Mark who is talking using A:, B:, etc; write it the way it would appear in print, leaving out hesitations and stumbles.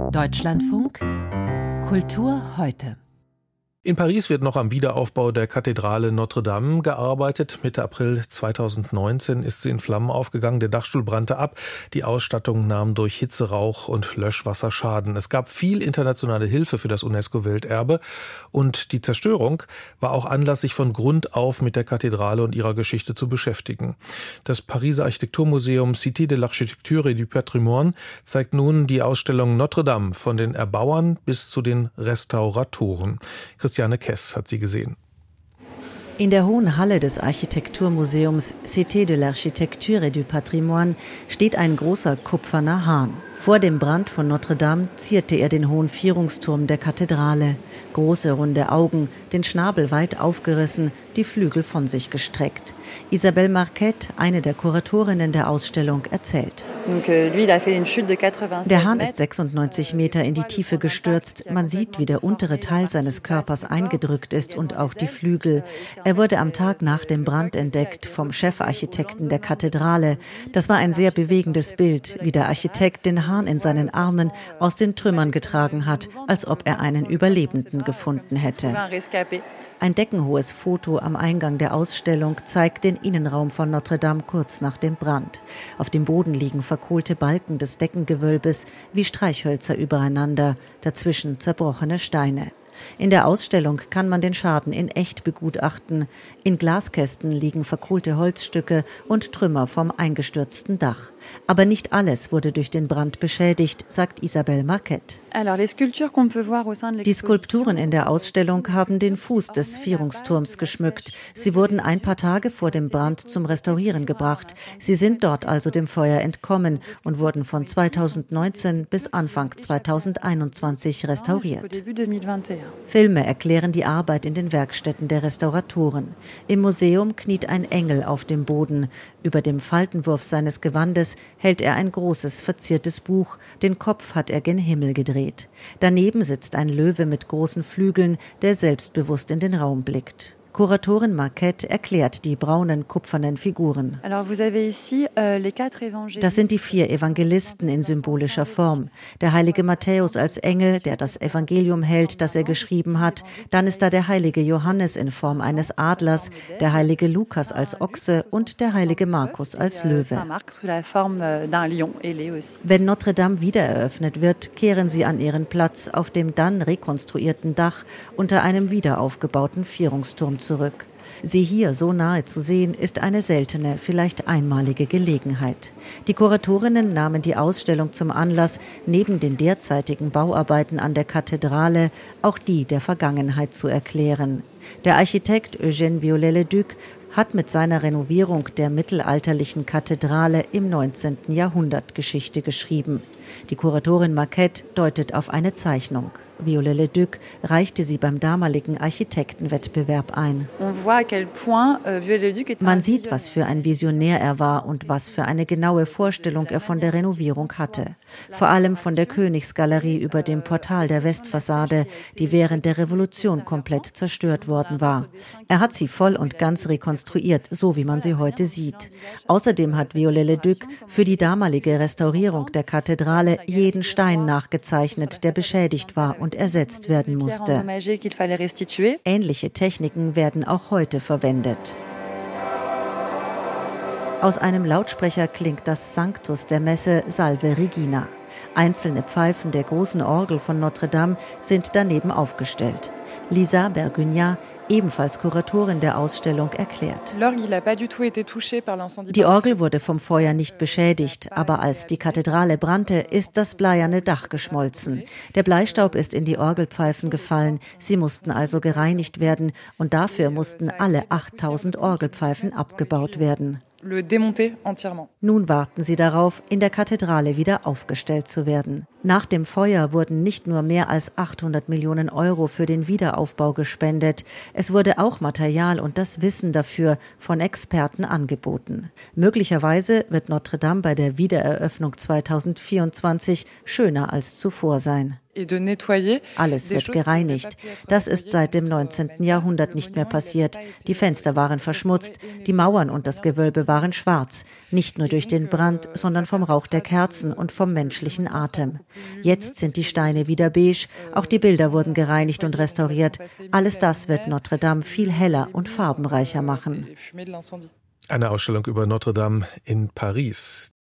A: Deutschlandfunk Kultur heute.
B: In Paris wird noch am Wiederaufbau der Kathedrale Notre-Dame gearbeitet. Mitte April 2019 ist sie in Flammen aufgegangen. Der Dachstuhl brannte ab. Die Ausstattung nahm durch Hitze, Rauch und Löschwasser Schaden. Es gab viel internationale Hilfe für das UNESCO-Welterbe. Und die Zerstörung war auch Anlass, sich von Grund auf mit der Kathedrale und ihrer Geschichte zu beschäftigen. Das Pariser Architekturmuseum Cité de l'Architecture et du Patrimoine zeigt nun die Ausstellung Notre-Dame von den Erbauern bis zu den Restauratoren. Christiane Kess hat sie gesehen.
C: In der Hohen Halle des Architekturmuseums Cité de l'Architecture et du Patrimoine steht ein großer kupferner Hahn. Vor dem Brand von Notre-Dame zierte er den hohen Vierungsturm der Kathedrale. Große runde Augen, den Schnabel weit aufgerissen, die Flügel von sich gestreckt. Isabelle Marquette, eine der Kuratorinnen der Ausstellung, erzählt. Der Hahn ist 96 Meter in die Tiefe gestürzt. Man sieht, wie der untere Teil seines Körpers eingedrückt ist und auch die Flügel. Er wurde am Tag nach dem Brand entdeckt vom Chefarchitekten der Kathedrale. Das war ein sehr bewegendes Bild, wie der Architekt den Hahn in seinen Armen aus den Trümmern getragen hat, als ob er einen Überlebenden gefunden hätte. Ein deckenhohes Foto am Eingang der Ausstellung zeigt den Innenraum von Notre-Dame kurz nach dem Brand. Auf dem Boden liegen verkohlte Balken des Deckengewölbes wie Streichhölzer übereinander, dazwischen zerbrochene Steine. In der Ausstellung kann man den Schaden in echt begutachten. In Glaskästen liegen verkohlte Holzstücke und Trümmer vom eingestürzten Dach. Aber nicht alles wurde durch den Brand beschädigt, sagt Isabelle Marquette. Die Skulpturen in der Ausstellung haben den Fuß des Vierungsturms geschmückt. Sie wurden ein paar Tage vor dem Brand zum Restaurieren gebracht. Sie sind dort also dem Feuer entkommen und wurden von 2019 bis Anfang 2021 restauriert. Filme erklären die Arbeit in den Werkstätten der Restauratoren. Im Museum kniet ein Engel auf dem Boden. Über dem Faltenwurf seines Gewandes hält er ein großes, verziertes Buch. Den Kopf hat er gen Himmel gedreht. Daneben sitzt ein Löwe mit großen Flügeln, der selbstbewusst in den Raum blickt. Kuratorin Marquette erklärt die braunen, kupfernen Figuren. Das sind die 4 Evangelisten in symbolischer Form. Der heilige Matthäus als Engel, der das Evangelium hält, das er geschrieben hat. Dann ist da der heilige Johannes in Form eines Adlers, der heilige Lukas als Ochse und der heilige Markus als Löwe. Wenn Notre-Dame wiedereröffnet wird, kehren sie an ihren Platz auf dem dann rekonstruierten Dach unter einem wiederaufgebauten Vierungsturm zurück. Sie hier so nahe zu sehen, ist eine seltene, vielleicht einmalige Gelegenheit. Die Kuratorinnen nahmen die Ausstellung zum Anlass, neben den derzeitigen Bauarbeiten an der Kathedrale auch die der Vergangenheit zu erklären. Der Architekt Eugène Viollet-le-Duc hat mit seiner Renovierung der mittelalterlichen Kathedrale im 19. Jahrhundert Geschichte geschrieben. Die Kuratorin Marquette deutet auf eine Zeichnung. Viollet-le-Duc reichte sie beim damaligen Architektenwettbewerb ein. Man sieht, was für ein Visionär er war und was für eine genaue Vorstellung er von der Renovierung hatte. Vor allem von der Königsgalerie über dem Portal der Westfassade, die während der Revolution komplett zerstört worden war. Er hat sie voll und ganz rekonstruiert, so wie man sie heute sieht. Außerdem hat Viollet-le-Duc für die damalige Restaurierung der Kathedrale jeden Stein nachgezeichnet, der beschädigt war und ersetzt werden musste. Ähnliche Techniken werden auch heute verwendet. Aus einem Lautsprecher klingt das Sanctus der Messe Salve Regina. Einzelne Pfeifen der großen Orgel von Notre-Dame sind daneben aufgestellt. Lisa Berguignac, ebenfalls Kuratorin der Ausstellung, erklärt. Die Orgel wurde vom Feuer nicht beschädigt, aber als die Kathedrale brannte, ist das bleierne Dach geschmolzen. Der Bleistaub ist in die Orgelpfeifen gefallen, sie mussten also gereinigt werden und dafür mussten alle 8000 Orgelpfeifen abgebaut werden. Nun warten sie darauf, in der Kathedrale wieder aufgestellt zu werden. Nach dem Feuer wurden nicht nur mehr als 800 Millionen Euro für den Wiederaufbau gespendet, es wurde auch Material und das Wissen dafür von Experten angeboten. Möglicherweise wird Notre-Dame bei der Wiedereröffnung 2024 schöner als zuvor sein. Alles wird gereinigt. Das ist seit dem 19. Jahrhundert nicht mehr passiert. Die Fenster waren verschmutzt, die Mauern und das Gewölbe waren schwarz. Nicht nur durch den Brand, sondern vom Rauch der Kerzen und vom menschlichen Atem. Jetzt sind die Steine wieder beige, auch die Bilder wurden gereinigt und restauriert. Alles das wird Notre Dame viel heller und farbenreicher machen.
B: Eine Ausstellung über Notre Dame in Paris.